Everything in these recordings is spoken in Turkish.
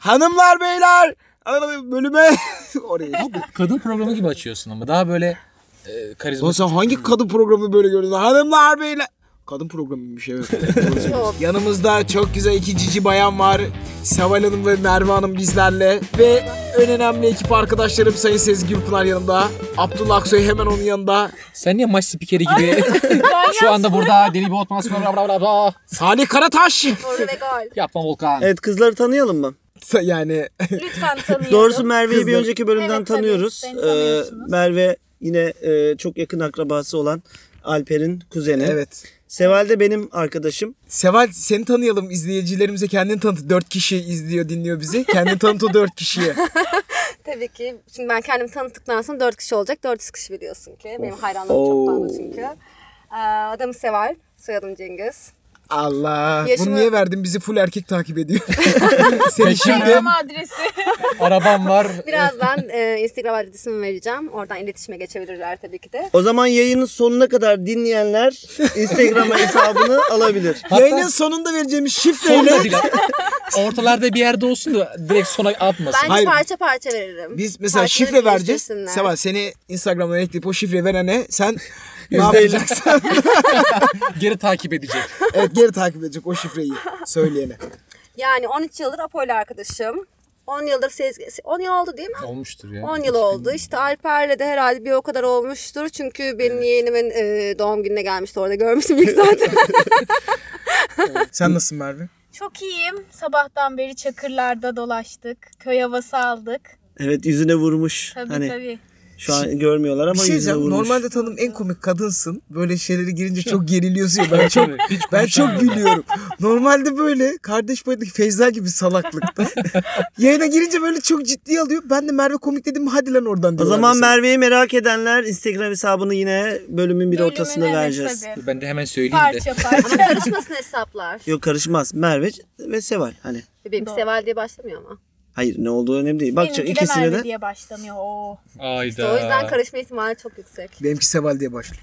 Hanımlar beyler bölüme oraya. Kadın programı gibi açıyorsun ama daha böyle karizmatik. Sen hangi kadın programı böyle gördün? Hanımlar beyler. Kadın programıymış evet. Yanımızda çok güzel iki cici bayan var. Seval Hanım ve Merve Hanım bizlerle. Ve en önemli ekip arkadaşlarım Sayın Sezgi Gülpınar yanımda. Abdullah Aksoy hemen onun yanında. Sen niye maç spikeri gibi şu anda burada deli bir otomasyon Salih Karataş. Yapma Volkan. Evet, kızları tanıyalım mı? Yani Lütfen tanıyalım. Doğrusu Merve'yi bir Kızlar. önceki bölümden Evet, tabii. tanıyoruz. Beni tanıyorsunuz. Merve yine çok yakın akrabası olan Alper'in kuzeni. evet. Seval de benim arkadaşım. Seval seni tanıyalım, izleyicilerimize kendini tanıt. 4 kişi izliyor, dinliyor bizi. Kendini tanıt o 4 kişiye. Tabii ki. Şimdi ben kendimi tanıttıktan sonra 4 kişi olacak. 400 kişi biliyorsun ki. Benim hayranlarım çok fazla çünkü. Adım Seval. Soyadım Cengiz. Allah. Yaşımı- Bunu niye verdin? Bizi full erkek takip ediyor. Seni şimdi Instagram adresi. Arabam var. Birazdan Instagram adresimi vereceğim. Oradan iletişime geçebilirler tabii ki de. O zaman yayının sonuna kadar dinleyenler Instagram hesabını alabilir. yayının sonunda vereceğimiz şifreyle Sonunda değil. Ortalarda bir yerde olsun da direkt sona atmasın. Bence Hayır. parça parça veririm. biz mesela Parçaları şifre vereceğiz. birleştirsinler. Seval seni Instagram'dan ekleyip o şifre verene sen ne %50. yapacaksın? Geri takip edecek. Evet geri takip edecek o şifreyi söyleyene. Yani 13 yıldır Apo'yla arkadaşım. 10 yıldır 10 yıl oldu değil mi? Olmuştur ya. 10 yıl oldu. İşte Alper'le de herhalde bir o kadar olmuştur. Çünkü benim yeğenimin doğum gününe gelmişti. Orada görmüştüm ilk zaten. Sen nasılsın Merve? Çok iyiyim. Sabahtan beri çakırlarda dolaştık. Köy havası aldık. Evet, yüzüne vurmuş. Tabii hani tabii. şu an görmüyorlar ama Bir şey yüzüne diyeceğim. vurmuş. Normalde tanıdığım en komik kadınsın. Böyle şeyleri girince çok geriliyorsun ya. Ben çok gülüyorum. Normalde böyle kardeş payındaki Feyza gibi salaklıkta. Yayına girince böyle çok ciddiye alıyor. Ben de Merve komik dedim mi hadi lan oradan O diyorlar zaman mesela. Merve'yi merak edenler Instagram hesabını yine bölümün bir ortasında evet, vereceğiz. tabii. Ben de hemen söyleyeyim de. Parça parça. Karışmasın hesaplar. Yok, karışmaz. Merve ve Seval. Hani Benim Doğru. Seval diye başlamıyor ama. hayır, ne olduğu önemli değil. Bakacak Benimki de ikisine Merve de. diye başlamıyor. Oo. Ayda. İşte o yüzden karışma ihtimali çok yüksek. Benimki Seval diye başlıyor.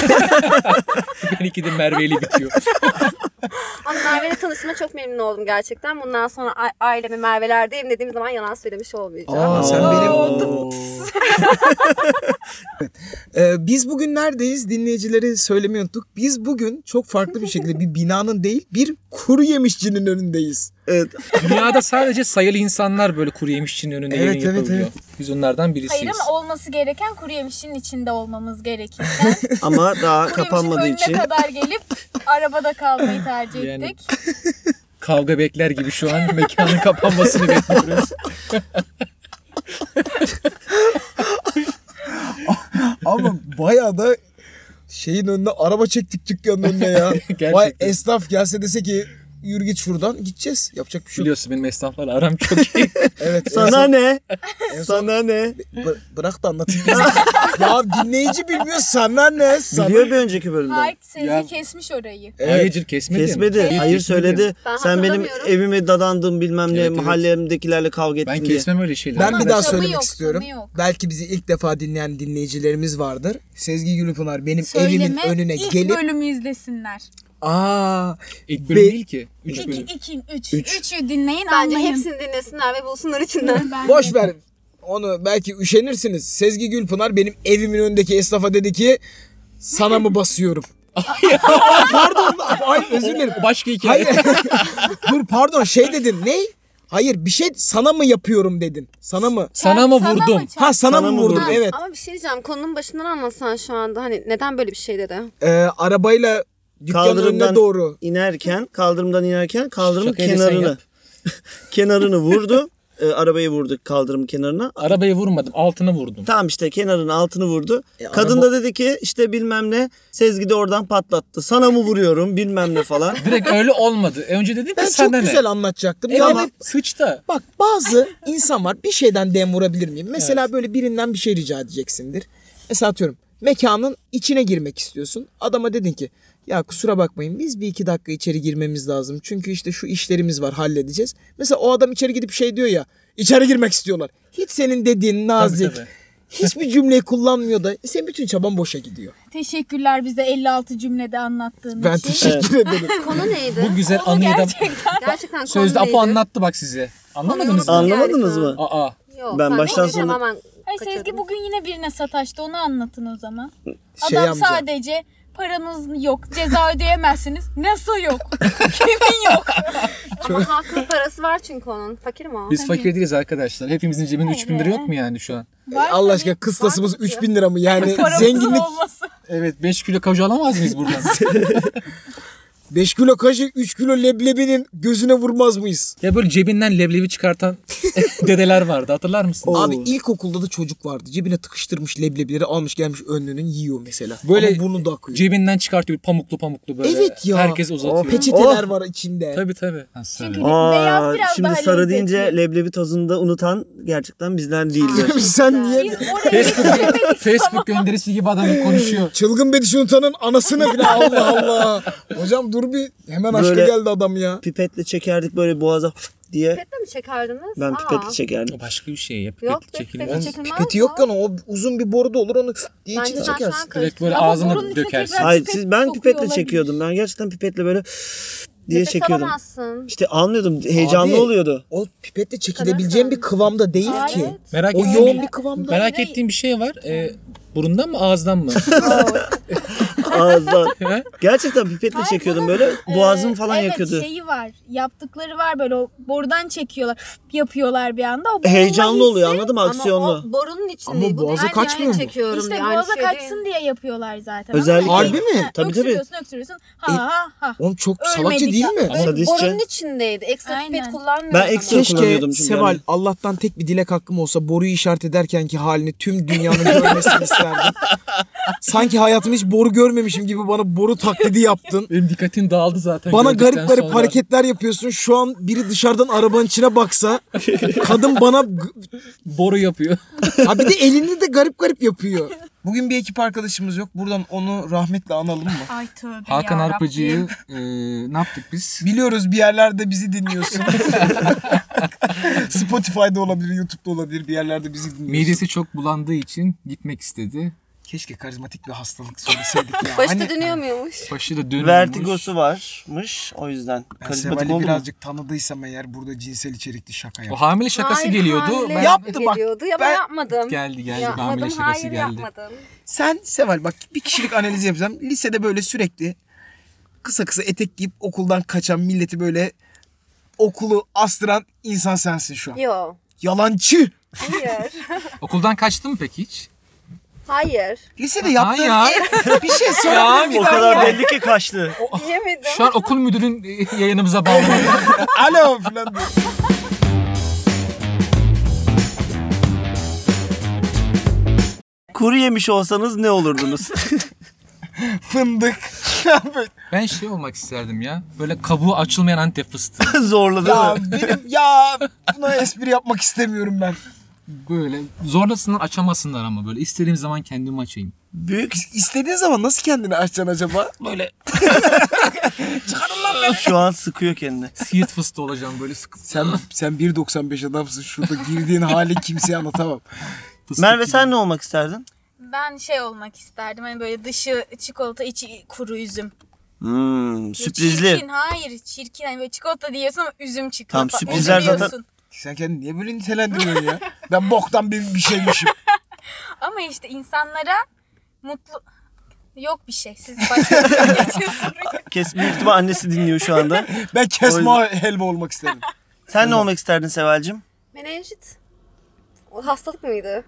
Benimki de Merve ile bitiyor. Ama Merve'yle tanıştığıma çok memnun oldum gerçekten. Bundan sonra ailemi Merve'lerdeyim dediğim zaman yalan söylemiş olmayacağım. Aa sen benim... Oo. Biz bugün neredeyiz? Dinleyicileri söylemeyi unuttuk. Biz bugün çok farklı bir şekilde bir binanın değil bir kuru yemişçinin önündeyiz. Evet. Dünyada sadece sayılı insanlar böyle kuru yemişçinin önünde Evet, yayın evet, yapabiliyor. evet. Biz onlardan birisiyiz. Hayır ama olması gereken kuru yemişin içinde olmamız gerekirken Ama daha kuru kapanmadığı yemişin için. önüne kadar gelip arabada kalmayı tercih Yani- ettik. Kavga bekler gibi şu an mekanın kapanmasını bekliyoruz. Ama bayağı da şeyin önüne araba çektik dükkanın önüne ya. Gerçekten. Vay esnaf gelse dese ki yürü git şuradan gideceğiz. Yapacak bir şey yok. Biliyorsun benim esnaflarla aram çok iyi. Evet. Sana ne? en son- Sana ne? Bırak da anlatayım. ya dinleyici bilmiyor sana ne? Sana... Biliyor bir önceki bölümden. Hayır Sezgi Ya- kesmiş orayı. Hayır kesmedim. Kesmedi. Hayır, Hayır kesmedim. söyledi. Ben Sen benim hatırlamıyorum. evime dadandın bilmem ne Evet, evet. mahallemdekilerle kavga ettin Ben diye. kesmem öyle şeyler. Ben bir daha Tabii söylemek yok, istiyorum. tabii yok. Belki bizi ilk defa dinleyen dinleyicilerimiz vardır. Sezgi Gülpınar benim Söyleme, evimin önüne ilk gelip bölümü izlesinler. İlk bölüm Be- değil ki. 3 bölüm. 3. Üçü dinleyin Bence anlayın. hepsini dinlesinler ve bulsunlar içinden. Ben boş ver. Onu belki üşenirsiniz. Sezgi Gülpınar benim evimin önündeki esnafa dedi ki sana mı basıyorum? Pardon. Ay özür dilerim. O başka hikaye. Hayır. Dur pardon şey dedin. Ne? Hayır bir şey sana mı yapıyorum dedin. Sana mı? Sana mı vurdum? Ha sana mı vurdum? Ha, Evet. Ama bir şey diyeceğim. Konunun başından anlatsan şu anda. Hani neden böyle bir şey dedi? Arabayla dükkanın önüne doğru. Kaldırımdan inerken kaldırımın Şakayı da sen kenarını yap. kenarını vurdu. Arabayı vurdu kaldırım kenarına. Arabayı vurmadım. Altını vurdum. Tamam işte kenarının altını vurdu. Kadın da dedi ki işte bilmem ne, Sezgi de oradan patlattı. Sana mı vuruyorum bilmem ne falan. Direkt öyle olmadı. Önce dedim ki Ben çok sana ne? güzel anlatacaktım. Evet, Yani sıçta. bak bazı insan var bir şeyden dem vurabilir miyim? Mesela böyle birinden bir şey rica edeceksindir. Mesela atıyorum mekanın içine girmek istiyorsun. Adama dedin ki ya kusura bakmayın biz bir iki dakika içeri girmemiz lazım. Çünkü işte şu işlerimiz var halledeceğiz. Mesela o adam içeri gidip şey diyor ya içeri girmek istiyorlar. Hiç senin dediğin nazik tabii. hiçbir cümleyi kullanmıyor da senin bütün çaban boşa gidiyor. Teşekkürler bize 56 cümlede anlattığın Ben için. teşekkür ederim. Konu neydi? Bu güzel Konu anıyı da Gerçekten konu sözde neydi? Apo anlattı bak size. Anlamadınız mı? Konuyu Anlamadınız yani. mı? Aa. Yok, Ben baştan neydi? sona- Tamamen Hayır Sezgi kaçırdım. bugün yine birine sataştı, onu anlatın o zaman. Şey Adam amca. sadece paranız yok, ceza ödeyemezsiniz. Nasıl yok? Kimin yok? Ama haklı parası var çünkü onun. Fakir mi o? Biz fakir değiliz arkadaşlar. Hepimizin cebinde 3000 lira yok mu yani şu an? Var Allah tabii. aşkına kıstasımız 3000 lira mı? Yani Paramızın zenginlik olması. Evet 5 kilo kaju alamaz mıyız buradan? 5 kilo kaşık 3 kilo leblebinin gözüne vurmaz mıyız? Ya böyle cebinden leblebi çıkartan dedeler vardı hatırlar mısın? Abi ilkokulda da çocuk vardı. Cebine tıkıştırmış leblebileri almış gelmiş önlünün yiyor mesela. Böyle Ama burnu da akıyor. Cebinden çıkartıyor pamuklu böyle. Evet ya. Herkes uzatıyor. Peçeteler var içinde. Tabii. Çünkü Aa, beyaz biraz şimdi daha sarı lezzetli. deyince leblebi tozunu da unutan gerçekten bizden değildir. Sen niye? Biz oraya getiremedik. Facebook gönderisi gibi adam konuşuyor. Çılgın Bediş unutanın anasını bile Allah Allah. Hocam dur bir hemen aşka Böyle- geldi adam ya. Pipetle çekerdik böyle boğaza diye. Pipetle mi çekerdiniz? Ben Aa. pipetle çekerdim. O başka bir şey ya. Yok Pipet be, çekilmez. pipet çekilmez Pipeti mi? yokken o uzun bir boru da olur onu diye Bence içine sen şu an çekersin. Direkt böyle Ama ağzına borunun içine dökersin. tekrar- Hayır pipet ben sokuyor pipetle olabilir. çekiyordum. Ben gerçekten pipetle böyle diye Nefes çekiyordum. alamazsın. İşte anlıyordum. Heyecanlı Abi, oluyordu. O pipetle çekilebileceğin bir kıvamda değil ki. Evet. Merak O ettiğim yoğun bir kıvamda. Merak ettiğim bir şey var. Burundan mı ağızdan mı? Ağızdan. He? Gerçekten pipetle Hayır, çekiyordum böyle. Boğazım falan evet, yakıyordu. şeyi var. Yaptıkları var böyle o borudan çekiyorlar. Yapıyorlar bir anda. O Heyecanlı boğulma oluyor hissi- anladın mı? Aksiyonlu. Ama o borunun içinde. Ama boğaza değil. kaçmıyor mu? Çekiyorum İşte diye. Aynı boğaza şey kaçsın diye yapıyorlar zaten. Özellikle- Ama Harbi mi? Tabii, tabii. Öksürüyorsun. Ha. Oğlum çok salakça Ölmedik değil ya. mi? Ama sadistçe. Borunun içindeydi. Ekstra pipet Aynen. kullanmıyordum. Ben ama. ekstra kullanıyordum Keşke çünkü Seval yani. Allah'tan tek bir dilek hakkım olsa boruyu işaret ederken ki halini tüm dünyanın görmesini isterdim. Sanki hayatımda hiç boru görmemişim gibi bana boru taklidi yaptın. Benim dikkatim dağıldı zaten. Bana gördükten garip garip sonra. hareketler yapıyorsun. Şu an biri dışarıdan arabanın içine baksa kadın bana Boru yapıyor. ha bir de elini de garip garip yapıyor. Bugün bir ekip arkadaşımız yok. Buradan onu rahmetle analım mı? Ay tövbe Hakan yarabbim. Arpacı'yı ne yaptık biz? Biliyoruz bir yerlerde bizi dinliyorsun. Spotify'da olabilir, YouTube'da olabilir bir yerlerde bizi dinliyorsun. Midesi çok bulandığı için gitmek istedi. Keşke karizmatik bir hastalık söyleseydik ya. Başı Hani da dönüyor muymuş? Başı da dönüyormuş. Vertigosu varmış. O yüzden. ben Karizmatik Seval'i olur mu? birazcık tanıdıysam eğer burada cinsel içerikli şaka O yaptı. hamile şakası Hayır, geliyordu. hamile Ben Yaptı bak. geliyordu. Ya Ben- ben yapmadım. geldi Yapmadım, hamile şakası hayır geldi. yapmadım. Sen Seval bak bir kişilik analizi yapacağım. Lisede böyle sürekli kısa kısa etek giyip okuldan kaçan milleti böyle okulu astıran insan sensin şu an. Yo. Yalancı. Hayır. Okuldan kaçtın mı peki hiç? Hayır. Lisede yaptığın ya. bir şey sorabilir miyim? O kadar belli ki kaçtı. Yemedim. Şu an okul müdürün yayınımıza bağlı. Alo falan diyor. Kuru yemiş olsanız ne olurdunuz? Fındık. Ben şey olmak isterdim ya. Böyle kabuğu açılmayan Antep fıstığı. Zorla değil ya mi? benim ya buna espri yapmak istemiyorum ben. Böyle zorlasınlar açamasınlar ama böyle istediğim zaman kendimi açayım. Büyük. İstediğin zaman nasıl kendini açacaksın acaba? Böyle. Şu an sıkıyor kendini. Siirt fıstığı olacağım böyle sıkı. Sen 1.95 adamsın. Şurada girdiğin hali kimseye anlatamam. Fıstık Merve gibi. sen ne olmak isterdin? Ben şey olmak isterdim. Hani böyle dışı çikolata, içi kuru üzüm. Sürprizli. Çirkin, hayır çirkin. Hani böyle çikolata diyorsun ama üzüm çıkıyor. Tamam, falan. sürprizler Üzülüyorsun. zaten- Sen kendini niye böyle nitelendiriyorsun ya? Ben boktan bir şeymişim. Ama işte insanlara mutlu... Yok bir şey. Siz başkasına geçiyorsunuz. Kesin büyük ihtimal annesi dinliyor şu anda. Ben kesma helva olmak isterim. Sen ne olmak isterdin Seval'cim? Menenjit. O hastalık mıydı?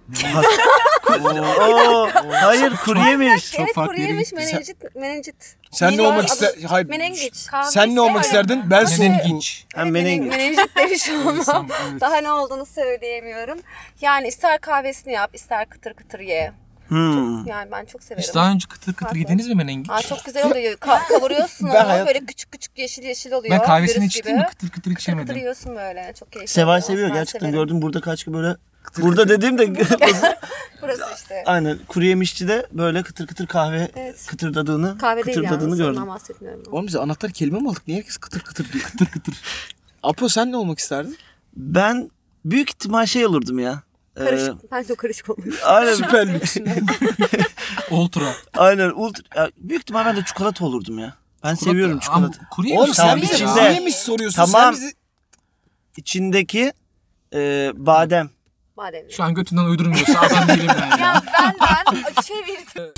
Oo, hayır kuru yemiş. Evet farklı kuru yere yemiş gitti. menenjit. Sen ne Neydi olmak o? ister? Hayır. Menengiç. Sen ne olmak isterdin? Ben soğukum. Menengiç. Hem menengiç. Menenjit demiş olmam. Evet. Daha ne olduğunu söyleyemiyorum. Yani ister kahvesini yap, ister kıtır kıtır ye. Yani ben çok severim. Hiç daha önce kıtır kıtır yediniz mi menengiç? Aa, çok güzel oluyor. Kavuruyorsun Ben onu. hayat- Böyle küçük küçük yeşil yeşil oluyor. Ben kahvesini virüs içtim gibi. mi kıtır kıtır Kıtır içemedim. kıtır yiyorsun böyle. Çok keyifli Seval oluyor. seviyor Ben gerçekten. severim. Gördüm burada kaç böyle. Burada dediğim de Burası işte. aynen kuru yemişçi de böyle kıtır kıtır kahve Evet. kıtırdadığını, Kahve değil kıtırdadığını yalnız. gördüm. Ondan bahsetmiyorum. Oğlum bize anahtar kelime mi aldık? Niye herkes kıtır kıtır diyor? Kıtır kıtır. Apo sen ne olmak isterdin? Ben büyük ihtimal şey olurdum ya. Karışık. Bence o karışık olmuş. Aynen. Süper lüks. Ultra. Aynen. Ya, büyük ihtimal ben de çikolata olurdum ya. Ben seviyorum çikolata. Kuru Oğlum yemiş. sen Tamam, bize içinde- kuru yemiş soruyorsun. Tamam. Sen bizi... İçindeki badem. Bademli. Şu an götünden uydurmuyorsa adam değilim ben ya. Ya ben çevirdim.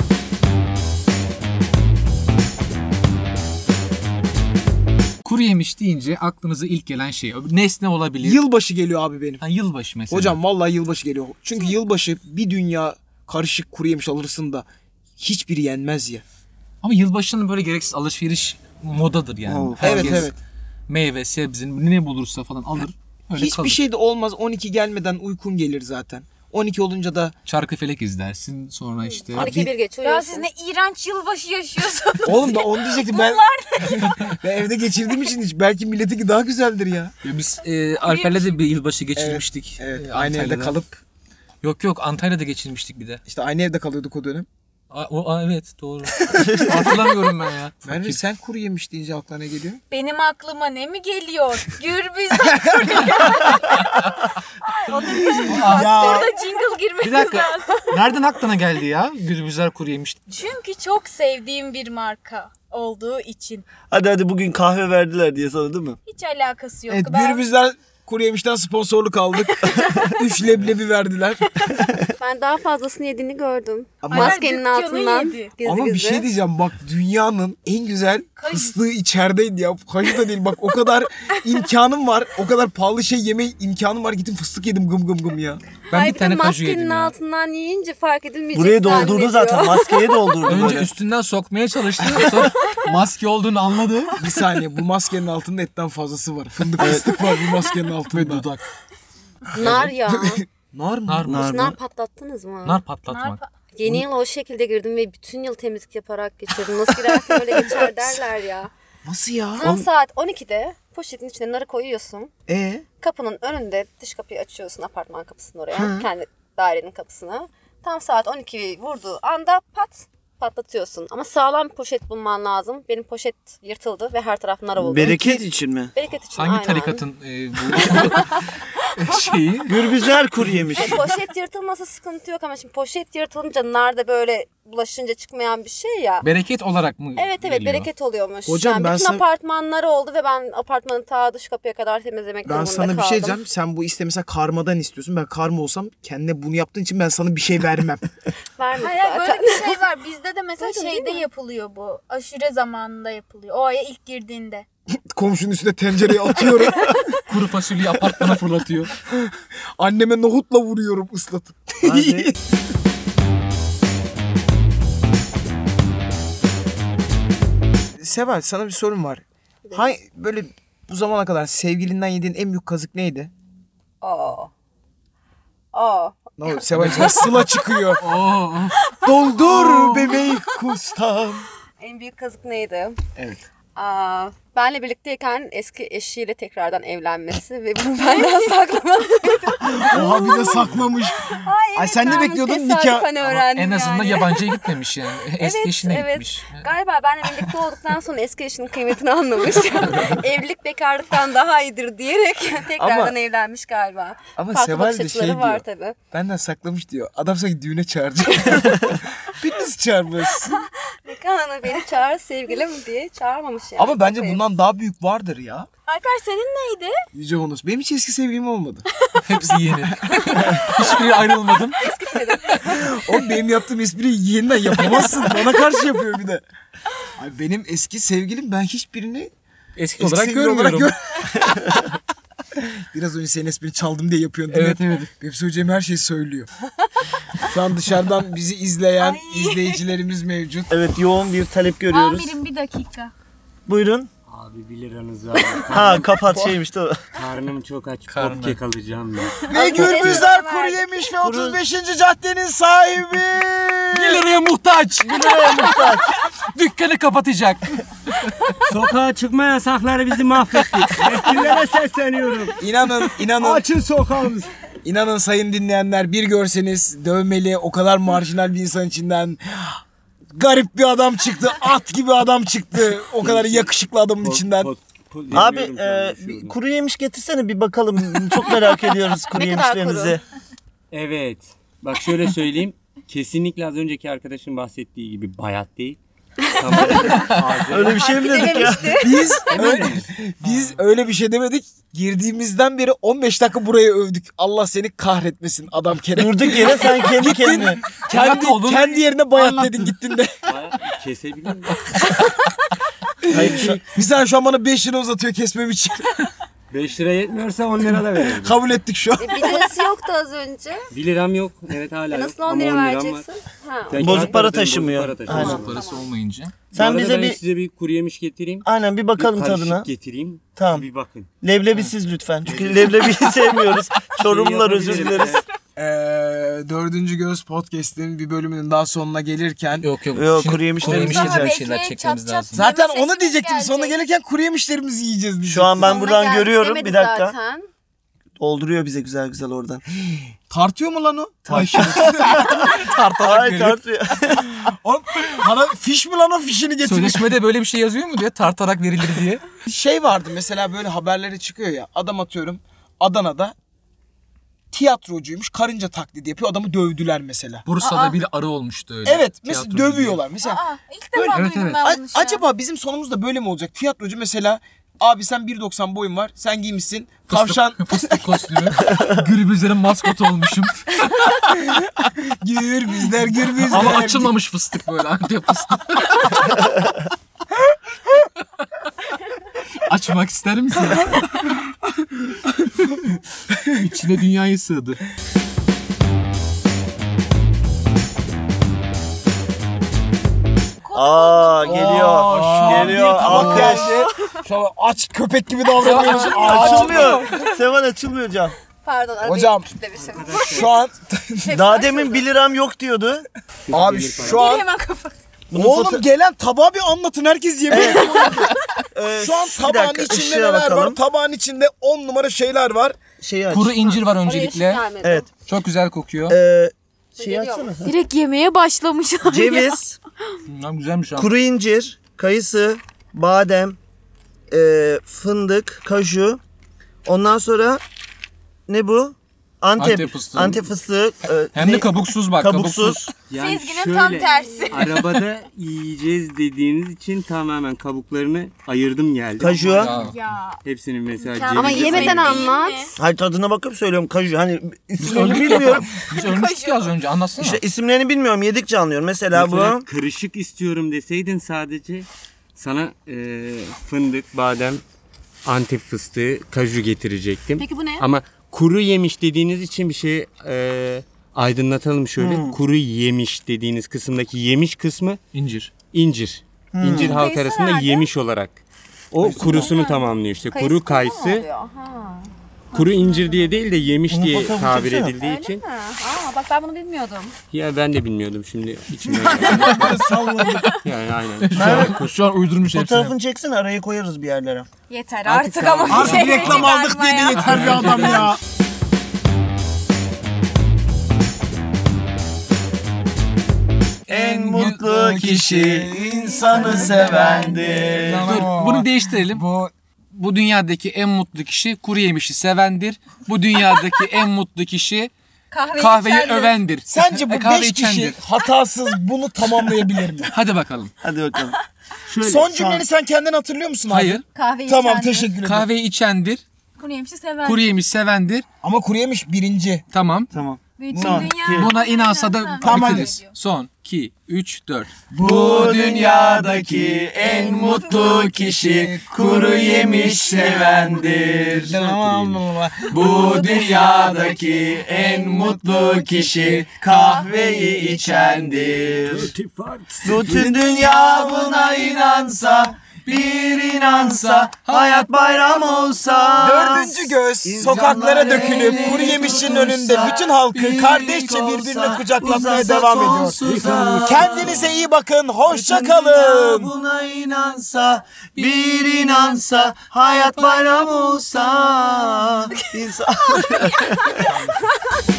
Kuru yemiş deyince aklınıza ilk gelen şey nesne olabilir. Yılbaşı geliyor abi benim. Ha, yılbaşı mesela. Hocam vallahi yılbaşı geliyor. Çünkü yılbaşı bir dünya karışık kuru yemiş alırsın da hiçbiri yenmez ya. Ama yılbaşının böyle gereksiz alışveriş modadır yani. Of. Herkes Evet evet. meyve, sebze ne bulursa falan alır. Öyle Hiçbir kalır. şey de olmaz. 12 gelmeden uykun gelir zaten. 12 olunca da Çarkıfelek izlersin sonra işte. 12 bir geç Ya uyuyorsun. siz ne iğrenç yılbaşı yaşıyorsunuz. oğlum da onu diyecektim ben. Ben evde geçirdiğim için hiç belki milletinki daha güzeldir ya. Ya biz Alper'le de bir yılbaşı geçirmiştik. Evet, aynı Antalya'da. evde kalıp Yok Antalya'da geçirmiştik bir de. işte aynı evde kalıyorduk o dönem. Evet doğru. Hatırlamıyorum ben ya. Merve sen kuru yemiş deyince aklına ne geliyor? Benim aklıma ne mi geliyor? Gürbüz. Burada jingle Bir girmemiz dakika. lazım. Nereden aklına geldi ya? Gürbüzler kuru yemiş. Çünkü çok sevdiğim bir marka olduğu için. Hadi bugün kahve verdiler diye sana değil mi? Hiç alakası yok. Evet Ben Gürbüzler kuru yemişten sponsorluk aldık. 3 leblebi verdiler. Ben daha fazlasını yediğini gördüm. Ama- Maskenin Dükkanı altından yedi. gizli Ama bir gizli. şey diyeceğim bak dünyanın en güzel Kayısı. fıstığı içerideydi ya. Kayısı da değil bak o kadar imkanım var. O kadar pahalı şey yeme imkanım var. Gittim fıstık yedim gım gım gım ya. Ben Hayır, bir tane kaju maskenin yedim ya. altından yiyince fark edilmeyecek. Buraya doldurdu zannediyor. zaten. Maskeye doldurdu Önce böyle. üstünden sokmaya çalıştı. Sonra maske olduğunu anladı. Bir saniye bu maskenin altında etten fazlası var. Fındık fıstık var bu maskenin Ve altında. dudak. Nar ya. Nar mı? Nar mı? Hiç nar patlattınız mı? Nar patlatmak. Yeni yıl o şekilde girdim ve bütün yıl temizlik yaparak geçirdim. Nasıl girersen öyle geçer derler ya. Nasıl ya? Tam saat 12'de poşetin içine narı koyuyorsun. Kapının önünde dış kapıyı açıyorsun apartman kapısının oraya. Kendi dairenin kapısına. Tam saat 12 vurduğu anda patlatıyorsun. Ama sağlam bir poşet bulman lazım. Benim poşet yırtıldı ve her taraf nara oldu. Bereket için mi? Bereket için Hangi aynen. tarikatın bu şeyi? Gürbüzler kuru yemiş. Poşet yırtılması sıkıntı yok ama şimdi poşet yırtılınca nar da böyle bulaşınca çıkmayan bir şey ya. Bereket olarak mı Evet geliyor? bereket oluyormuş. Hocam, yani ben bütün sana- apartmanlar oldu ve ben apartmanın ta dış kapıya kadar temizlemek Ben durumunda sana kaldım. bir şey diyeceğim. Sen bu iste mesela karmadan istiyorsun. Ben karma olsam kendine bunu yaptığın için ben sana bir şey vermem. Vermedi Hayır zaten. böyle bir şey var. Bizde de mesela Duydun değil şeyde mi? yapılıyor bu. Aşure zamanında yapılıyor. O aya ilk girdiğinde. Komşunun üstüne tencereyi atıyorum. Kuru fasulyeyi apartmana fırlatıyor. Anneme nohutla vuruyorum ıslatıp. Hadi. Seval sana bir sorum var. Böyle bu zamana kadar sevgilinden yediğin en büyük kazık neydi? Ne oldu? Seval içine sıla çıkıyor. Oo. Doldur bebeği kustan. En büyük kazık neydi? Evet. Benle birlikteyken eski eşiyle tekrardan evlenmesi ve bunu benden saklaması. Oha bir de saklamış. Ay sen ne bekliyordun nikah? Tesadüfen öğrendim En azından yani. yabancıya gitmemiş yani. Eski eşine gitmiş. Galiba benle birlikte olduktan sonra eski eşinin kıymetini anlamış. Evlilik bekarlıktan daha iyidir diyerek tekrardan Ama- evlenmiş galiba. ama Farklı Seval bakış de açıları şey var diyor. tabii. Benden saklamış diyor. Adam sanki düğüne çağıracak. Biriniz çağırmışsın. Nikahına beni çağır sevgilim diye çağırmamış yani. Ama bence Çok bundan daha büyük vardır ya. Alper senin neydi? Yüce Honos. Benim hiç eski sevgilim olmadı. Hepsi yeni. Hiçbiri ayrılmadım. Oğlum benim yaptığım espriyi yeniden yapamazsın. Bana karşı yapıyor bir de. Ay benim eski sevgilim ben hiçbirini Eski eski olarak sevgili görmüyorum. Biraz önce senin esprini çaldım diye yapıyorsun değil Evet mi? evet. Benim söyleyeceğim her şeyi söylüyor. Şu an dışarıdan bizi izleyen izleyicilerimiz mevcut. Evet yoğun bir talep görüyoruz. Amirim bir dakika. Buyurun. Abi 1 liranız var. Ha kapat şeymiş de. Karnım çok aç. Karnım Popkek alacağım ben. Ve Gürbüzler Kuru Kuru Yemiş ve 35. caddenin sahibi. 1 liraya muhtaç. 1 liraya muhtaç. Dükkanı kapatacak. Sokağa çıkma yasakları bizi mahvetti. Yetkililere sesleniyorum. İnanın. Açın sokağımızı. İnanın sayın dinleyenler bir görseniz dövmeli o kadar marjinal bir insan içinden garip bir adam çıktı. At gibi adam çıktı. O kadar yakışıklı adamın içinden. Abi bir kuru yemiş getirsene bir bakalım. Çok merak ediyoruz kuru Ne kadar yemişlerinizi. Evet. Bak şöyle söyleyeyim. Kesinlikle az önceki arkadaşın bahsettiği gibi bayat değil. Öyle bir şey mi dedik ya? Biz öyle bir şey demedik. Girdiğimizden beri 15 dakika burayı övdük. Allah seni kahretmesin adam Kerem. Durduk yere sen kendi kendine. Kendi yerine bayat dedin gittin de. Bayat kesebilir miyim? Bir saniye şu an bana 5 lira uzatıyor kesmem için. 5 lira yetmiyorsa 10 lira da verelim. Kabul ettik şu an. 1 lirası yoktu az önce. 1 liram yok. Evet hala yok. Nasıl 10 Ama lira 10 liram var. vereceksin? Ha. Ben Bozuk kendi para paramı taşımıyor. bozuk para taşımıyorum. Aynen. Parası olmayınca. Sen Bu arada bize ben bir size bir kuru yemiş getireyim. aynen bir bakalım Bir karışık tadına. getireyim. Tamam. Bir bakın. Leblebisiz lütfen. Çünkü leblebiyi sevmiyoruz. Çorumlular özür dileriz. 4. Göz Podcast'in bir bölümünün daha sonuna gelirken Yok. Yok, kuru yemiş kuru demiş. yemişler bir Bekle, şeyler çekmemiz çat lazım. zaten Yemek onu sesimiz diyecektim. gelecek. Sonuna gelirken kuru yemişlerimizi yiyeceğiz diyecektim. Şu an ben buradan Sonuna görüyorum. geldi Bir dakika. zaten. Dolduruyor bize güzel güzel oradan. Tartıyor mu lan o? Ay tartıyor. Oğlum bana fiş mi lan o fişini getirmiş? Sözleşmede böyle bir şey yazıyor mu diye tartarak verilir diye. Şey vardı mesela böyle haberlere çıkıyor ya. Adam atıyorum Adana'da tiyatrocuymuş. Karınca taklidi yapıyor. Adamı dövdüler mesela. Bursa'da bir arı olmuştu öyle. Evet mesela Tiyatrocu dövüyorlar. Mesela Aa, ilk defa Evet, duydum evet. ben bunu şu an. acaba bizim sonumuzda böyle mi olacak? Tiyatrocu mesela abi sen 1.90 boyun var. Sen giymişsin. Tavşan Fıstık kostümü. Gürbüzlerin maskotu olmuşum. gürbüzler gürbüzler. Ama açılmamış fıstık böyle. Antep fıstık. Açmak ister misin? İçine dünyayı sığdı. Aa geliyor. Geliyor. Ama Alkış. geldi. Şu an aç köpek gibi davranıyorsun. Açılmıyor. Sevan açılmıyor can. Pardon arabayı Hocam. kilitlemişim. Şu an Daha demin 1 liram yok diyordu. abi şu an Hemen kapat. oğlum gelen tabağı bir anlatın. Herkes yemeğe Şu an Bir tabağın dakika, içinde ışığa neler var? bakalım. Tabağın içinde 10 numara şeyler var. Şeyi aç. Kuru incir var Oraya ışık öncelikle. gelmedi. Evet. Çok güzel kokuyor. Şeyi Geliyor açsana. Direkt yemeye başlamışlar. Ceviz, Güzelmiş abi. kuru incir, kayısı, badem, fındık, kaju. Ondan sonra ne bu? Antep fıstığı. Antep fıstığı. Hem de kabuksuz bak. Kabuksuz. Yani Sezgin'in tam tersi. Arabada yiyeceğiz dediğiniz için tamamen kabuklarını ayırdım geldim. Kaju. Ya. Ya. Hepsinin mesela Ama cevizi yemeden ayırdım. anlat. Hayır tadına bakıp söylüyorum kaju. Hani Biz isimlerini öldük ya. bilmiyorum. Biz ölmüştük ya az önce. Anlatsana. İşte isimlerini bilmiyorum. Yedikçe anlıyorum. Mesela Mesela bu. karışık istiyorum deseydin sadece sana fındık, badem, antep fıstığı, kaju getirecektim. Peki bu ne? Ama kuru yemiş dediğiniz için bir şey aydınlatalım şöyle. Kuru yemiş dediğiniz kısımdaki yemiş kısmı İncir. incir. İncir halk Kayısı arasında nerede? yemiş olarak. O kurusunu tamamlıyor işte. Kuru Kayısı kayısı, mı oluyor? Ha. kuru incir diye değil de yemiş Bunun diye fotoğrafını tabir çeksene. edildiği için. Aa bak ben bunu bilmiyordum. Ya ben de bilmiyordum şimdi içimden geldi. Yani aynen. Şu an uydurmuş hepsini. Fotoğrafını çeksene araya koyarız bir yerlere. Yeter artık ama. bir Artık şey reklam aldık galiba diye de ya. yeter bir adam ya. En mutlu kişi insanı sevendir. Dur, bunu değiştirelim. Bu dünyadaki en mutlu kişi kuru yemişi sevendir. Bu dünyadaki en mutlu kişi kahveyi içendir. övendir. Sence bu Kahve 5 kişi içendir. hatasız bunu tamamlayabilir mi? Hadi bakalım. Hadi bakalım. Son cümleni sen kendin hatırlıyor musun abi? Hayır. Kahve Tamam içendir. teşekkür ederim. Kahveyi içendir. Kuru yemişi sever. Kuru yemiş sevendir. Ama kuru yemiş birinci. Tamam. Tamam. Bütün Son, dünya. Buna inansa da Tamam. bitiririz. Son 2, 3, 4. Bu dünyadaki en mutlu kişi kuru yemiş sevendir. Bu dünyadaki en mutlu kişi kahveyi içendir. Bütün dünya buna inansa, bir inansa, hayat bayram olsa. 4. göz sokaklara dökülüp kuru yemişin önünde bütün halkı kardeşçe birbirine kucaklamaya devam ediyor. Kendinize iyi bakın. Hoşça kalın. Buna inansa, bir inansa, hayat bayram olsa. İnsan...